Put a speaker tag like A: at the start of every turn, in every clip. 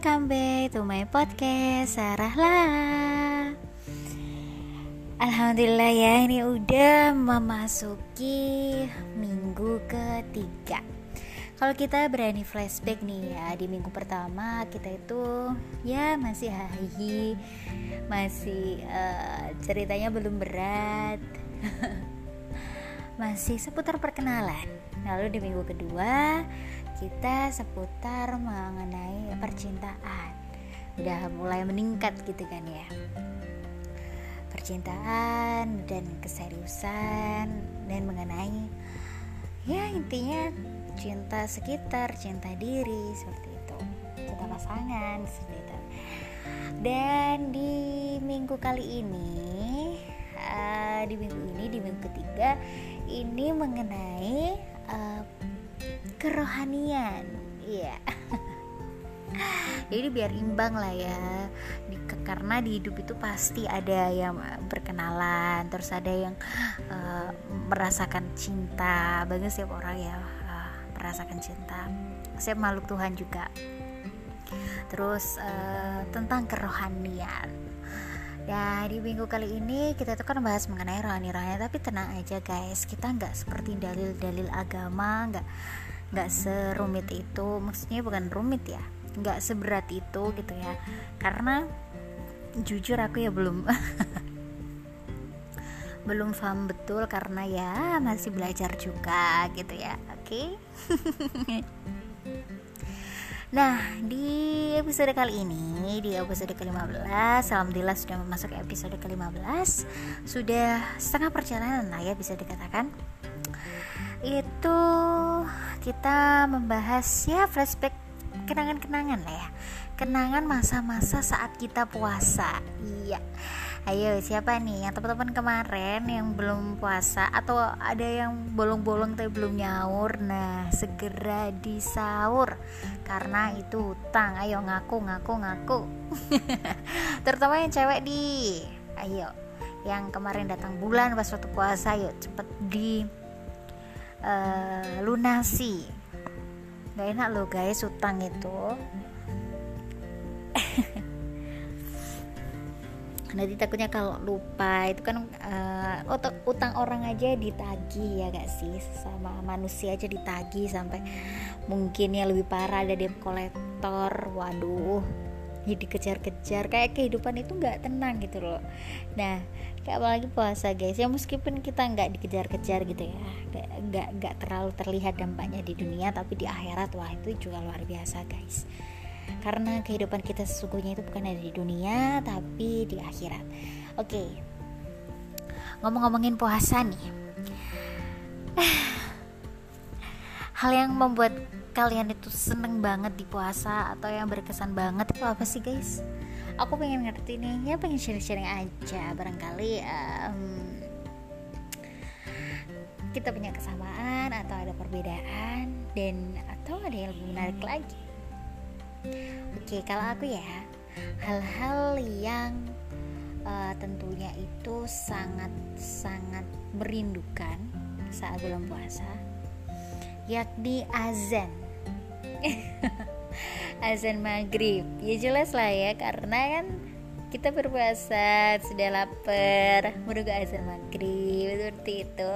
A: Welcome back to my podcast Sarahlah. Alhamdulillah ya, ini udah memasuki minggu ketiga. Kalau kita berani flashback nih ya, di minggu pertama kita itu ya masih hahi, masih ceritanya belum berat, masih seputar perkenalan. Lalu di minggu kedua kita seputar mengenai percintaan. Udah mulai meningkat gitu kan ya, percintaan dan keseriusan, dan mengenai ya intinya cinta sekitar, cinta diri, seperti itu, cinta pasangan, seperti itu. Dan di minggu kali ini, di minggu ketiga ini mengenai kerohanian, iya. Jadi biar imbang lah ya, karena di hidup itu pasti ada yang berkenalan, terus ada yang merasakan cinta. Bagi setiap orang ya merasakan cinta, setiap makhluk Tuhan juga. Terus tentang kerohanian. Ya di minggu kali ini kita tuh kan bahas mengenai rohani-rohani, tapi tenang aja guys, kita nggak seperti dalil-dalil agama, nggak serumit itu. Maksudnya bukan rumit ya, nggak seberat itu gitu ya. Karena jujur aku ya belum belum paham betul, karena ya masih belajar juga gitu ya. Oke. Nah, di episode kali ini, di episode ke-15, alhamdulillah sudah memasuki episode ke-15. Sudah setengah perjalanan lah ya bisa dikatakan. Itu kita membahas ya flashback, kenangan-kenangan lah ya. Kenangan masa-masa saat kita puasa. Iya. Ayo, siapa nih yang teman-teman kemarin yang belum puasa, atau ada yang bolong-bolong tapi belum nyaur? Nah, segera disahur, karena itu hutang. Ayo ngaku. Terutama yang cewek ayo, yang kemarin datang bulan pas waktu puasa, yuk cepet di lunasi. Gak enak loh guys, hutang itu. Nanti takutnya kalau lupa, itu kan utang orang aja ditagih ya gak sih, sama manusia aja ditagih, sampai mungkin ya lebih parah ada debt collector. Waduh, jadi dikejar-kejar, kayak kehidupan itu gak tenang gitu loh. Nah, kayak apalagi puasa guys ya, meskipun kita gak dikejar-kejar gitu ya, gak terlalu terlihat dampaknya di dunia, tapi di akhirat wah itu juga luar biasa guys. Karena kehidupan kita sesungguhnya itu bukan ada di dunia, tapi di akhirat. Oke, ngomongin puasa nih, hal yang membuat kalian itu seneng banget di puasa, atau yang berkesan banget itu apa sih guys? Aku pengen ngerti nih, ya pengen sharing-sharing aja. Barangkali kita punya kesamaan atau ada perbedaan, dan atau ada yang lebih menarik lagi. Oke, kalau aku ya, hal-hal yang tentunya itu sangat merindukan saat bulan puasa, yakni azan. Azan maghrib. Ya jelas lah ya, karena kan kita berpuasa, sudah lapar, menunggu azan maghrib, seperti itu.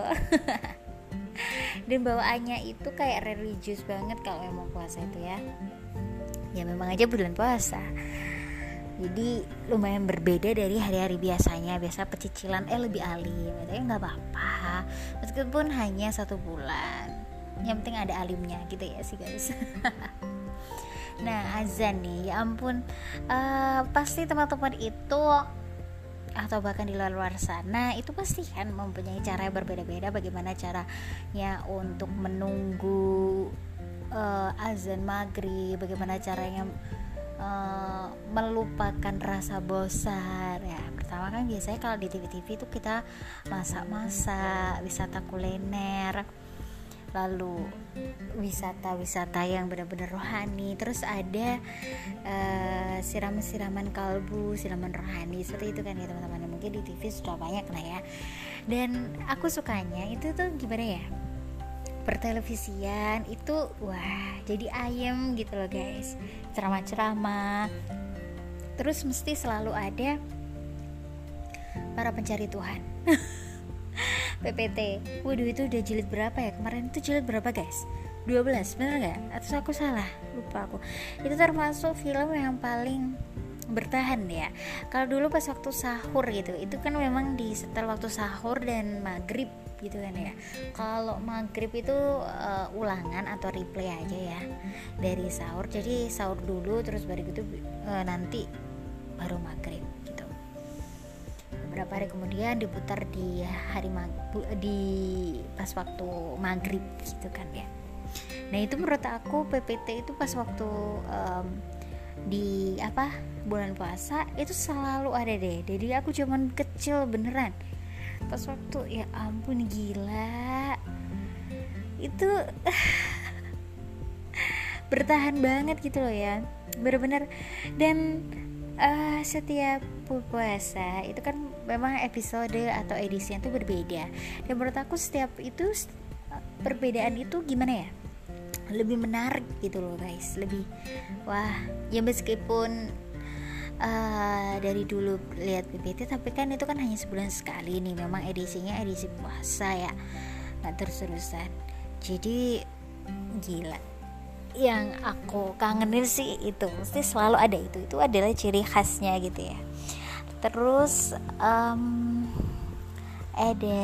A: Dan bawaannya itu kayak religius banget kalau emang puasa itu ya. Ya memang aja bulan puasa, jadi lumayan berbeda dari hari-hari biasanya. Biasa pecicilan lebih alim, tapi nggak apa-apa, meskipun hanya 1 bulan, yang penting ada alimnya gitu ya sih guys. Nah, azan nih, ya ampun, pasti teman-teman itu atau bahkan di luar sana itu pasti kan mempunyai cara yang berbeda-beda bagaimana caranya untuk menunggu azan maghrib, bagaimana caranya melupakan rasa bosan ya. Pertama kan biasanya kalau di TV-TV itu kita masak-masak, wisata kuliner, lalu wisata yang benar-benar rohani, terus ada siraman kalbu, siraman rohani, seperti itu kan ya teman-teman. Mungkin di TV sudah banyak lah ya. Dan aku sukanya itu tuh gimana ya, pertelevisian itu wah jadi ayem gitu loh guys, ceramah-ceramah, terus mesti selalu ada para pencari Tuhan. PPT, waduh itu udah jilid berapa ya kemarin, itu jilid berapa guys, 12 bener gak? Atau aku salah, lupa aku. Itu termasuk film yang paling bertahan ya. Kalau dulu pas waktu sahur gitu, itu kan memang di setel waktu sahur dan maghrib gitu kan ya. Kalau maghrib itu ulangan atau replay aja ya dari sahur. Jadi sahur dulu terus baru gitu nanti baru maghrib gitu. Beberapa hari kemudian diputar di hari di pas waktu maghrib gitu kan ya. Nah itu menurut aku PPT itu pas waktu di bulan puasa itu selalu ada deh. Jadi aku zaman kecil beneran pas waktu, ya ampun gila itu bertahan banget gitu loh ya, bener-bener. Dan setiap puasa itu kan memang episode atau edisinya itu berbeda, dan menurut aku setiap itu perbedaan itu gimana ya, lebih menarik gitu loh guys, lebih wah ya. Meskipun dari dulu lihat PPT tapi kan itu kan hanya sebulan sekali nih, memang edisinya edisi puasa ya, nggak terus-terusan. Jadi gila, yang aku kangenin sih itu mesti selalu ada, itu adalah ciri khasnya gitu ya. Terus ada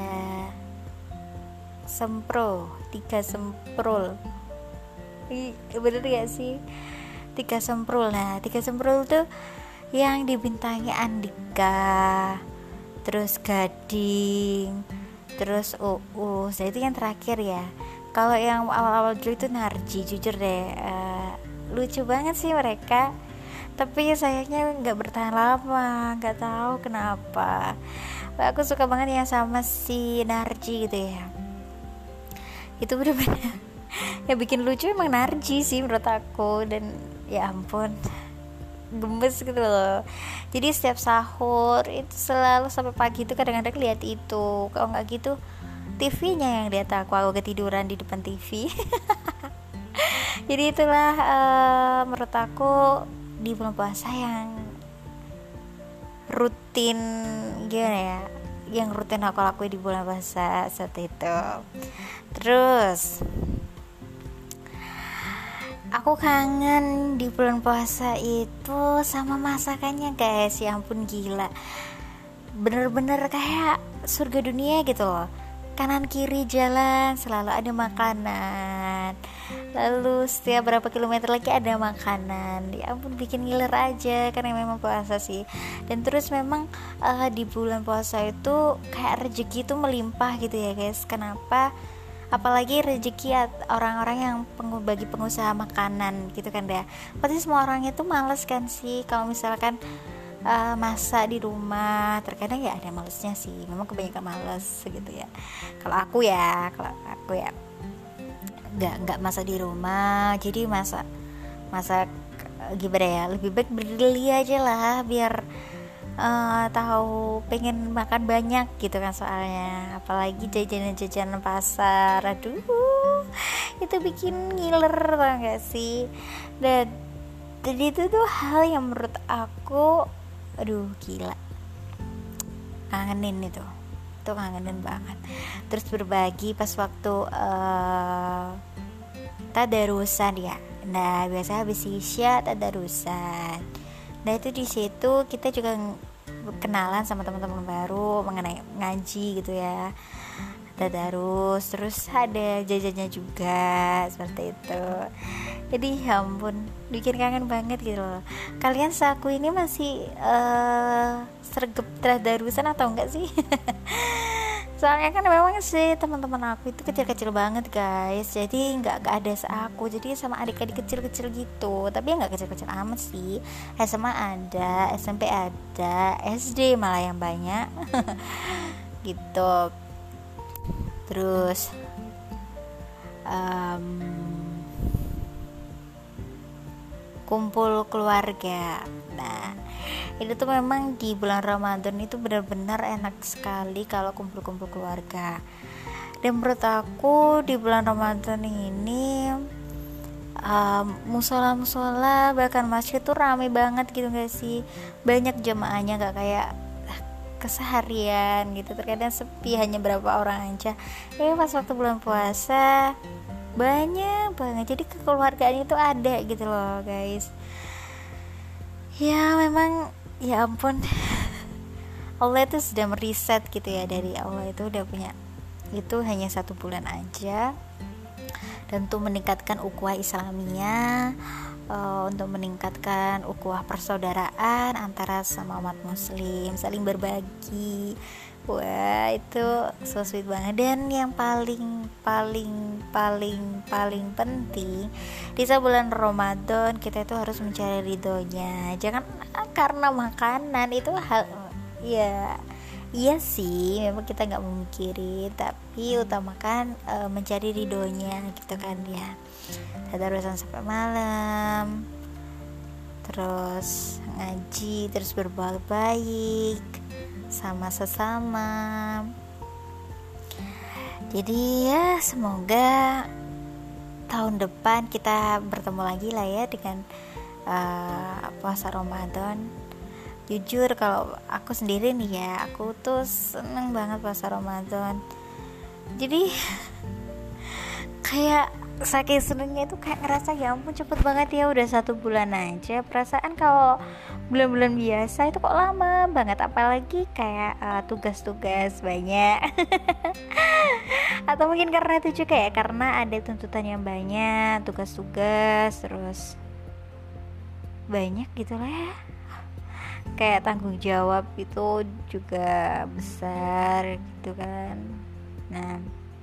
A: sempro, 3 semprul, bener gak sih? 3 semprul. Nah 3 semprul tuh yang dibintangi Andika, terus Gading, terus Uus. Nah itu yang terakhir ya. Kalau yang awal-awal dulu itu Narji, jujur deh lucu banget sih mereka, tapi sayangnya nggak bertahan lama, nggak tahu kenapa. Aku suka banget yang sama si Narji gitu ya. Itu bener-bener yang bikin lucu emang Narji sih menurut aku. Dan ya ampun gemes gitu loh. Jadi setiap sahur itu selalu sampai pagi itu kadang-kadang lihat itu. Kalau nggak gitu TV-nya yang lihat aku ketiduran di depan TV. Jadi itulah menurut aku di bulan puasa yang rutin gimana ya, yang rutin aku lakuin di bulan puasa saat itu. Terus aku kangen di bulan puasa itu sama masakannya guys, ya ampun gila, bener-bener kayak surga dunia gitu loh. Kanan kiri jalan selalu ada makanan, lalu setiap berapa kilometer lagi ada makanan. Ya ampun bikin ngiler aja karena memang puasa sih. Dan terus memang di bulan puasa itu kayak rezeki itu melimpah gitu ya guys. Kenapa? Apalagi rezeki orang-orang yang bagi pengusaha makanan gitu kan deh. Pasti semua orang itu males kan sih kalau misalkan masak di rumah. Terkadang ya ada malesnya sih, memang kebanyakan males gitu ya. Kalau aku ya nggak masak di rumah, jadi masak gimana ya, lebih baik beli aja lah biar tahu pengen makan banyak gitu kan, soalnya apalagi jajanan pasar, aduh itu bikin ngiler tau gak sih. Dan jadi itu tuh hal yang menurut aku aduh gila, kangenin itu kangenin banget. Terus berbagi pas waktu tadarusan ya. Nah biasa habis isya tadarusan. Nah itu di situ kita juga kenalan sama teman-teman baru mengenai ngaji gitu ya, tadarus. Terus ada jajannya juga seperti itu. Jadi ya ampun bikin kangen banget gitu loh. Kalian seaku ini masih sergap tadarusan atau enggak sih? Soalnya kan memang sih teman-teman aku itu kecil-kecil banget guys, jadi nggak ada seaku, jadi sama adik-adik kecil-kecil gitu. Tapi nggak kecil-kecil amat sih, SMA ada, SMP ada, SD malah yang banyak gitu. Terus kumpul keluarga. Nah itu tuh memang di bulan Ramadan itu benar-benar enak sekali kalau kumpul-kumpul keluarga. Dan menurut aku di bulan Ramadan ini musola bahkan masjid tuh rame banget gitu gak sih, banyak jemaahnya, gak kayak keseharian gitu, terkadang sepi hanya berapa orang aja. Pas waktu bulan puasa banyak banget, jadi kekeluargaan itu ada gitu loh guys. Ya memang, ya ampun, Allah itu sudah meriset gitu ya, dari Allah itu udah punya itu hanya 1 bulan aja, dan untuk meningkatkan ukhuwah Islamiyah, untuk meningkatkan ukhuwah persaudaraan antara sama umat muslim, saling berbagi. Wah, itu so sweet banget. Dan yang paling penting di bulan Ramadan, kita itu harus mencari ridhonya. Jangan karena makanan itu hal, ya iya sih, memang kita nggak memungkiri, tapi utamakan mencari ridhonya gitu kan ya. Tadarusan sampai malam, terus ngaji, terus berbuat baik sama sesama. Jadi ya semoga tahun depan kita bertemu lagi lah ya dengan puasa Ramadan. Jujur kalau aku sendiri nih ya, aku tuh seneng banget puasa Ramadan. Jadi kayak saking senengnya itu kayak ngerasa ya ampun cepet banget ya, udah 1 bulan aja. Perasaan kalau bulan-bulan biasa itu kok lama banget, apalagi kayak tugas-tugas banyak. Atau mungkin karena itu juga ya, karena ada tuntutan yang banyak, tugas-tugas terus banyak gitu lah ya, kayak tanggung jawab itu juga besar gitu kan. Nah,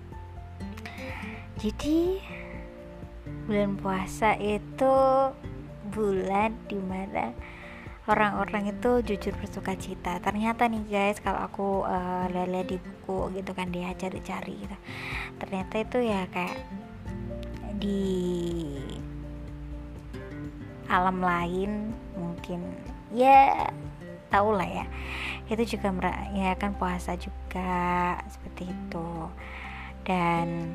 A: jadi bulan puasa itu bulan dimana orang-orang itu jujur bersuka cita. Ternyata nih guys, kalau aku lihat di buku gitu kan, dia cari-cari gitu, ternyata itu ya kayak di alam lain mungkin ya, tau lah ya, itu juga merayakan puasa juga seperti itu. Dan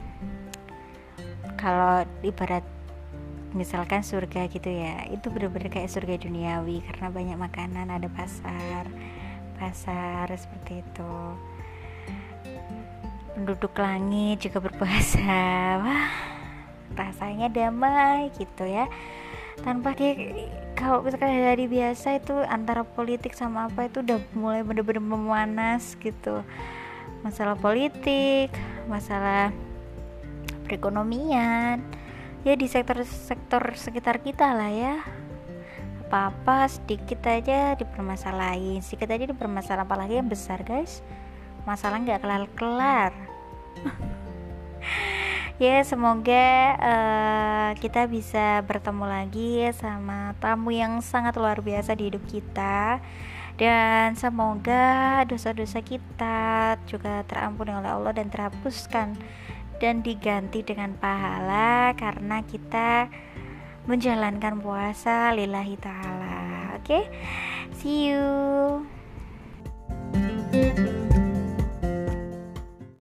A: kalau ibarat misalkan surga gitu ya, itu benar-benar kayak surga duniawi karena banyak makanan, ada pasar seperti itu. Penduduk langit juga berpuasa, wah rasanya damai gitu ya, tanpa kalau misalkan hari biasa itu antara politik sama apa itu udah mulai bener-bener memanas gitu, masalah politik, masalah perekonomian ya di sektor sekitar kita lah ya, apa-apa sedikit aja dipermasalahin, apalagi yang besar guys, masalah nggak kelar-kelar. Ya semoga kita bisa bertemu lagi sama tamu yang sangat luar biasa di hidup kita, dan semoga dosa-dosa kita juga terampuni oleh Allah dan terhapuskan dan diganti dengan pahala karena kita menjalankan puasa lillahi ta'ala. Oke, see you.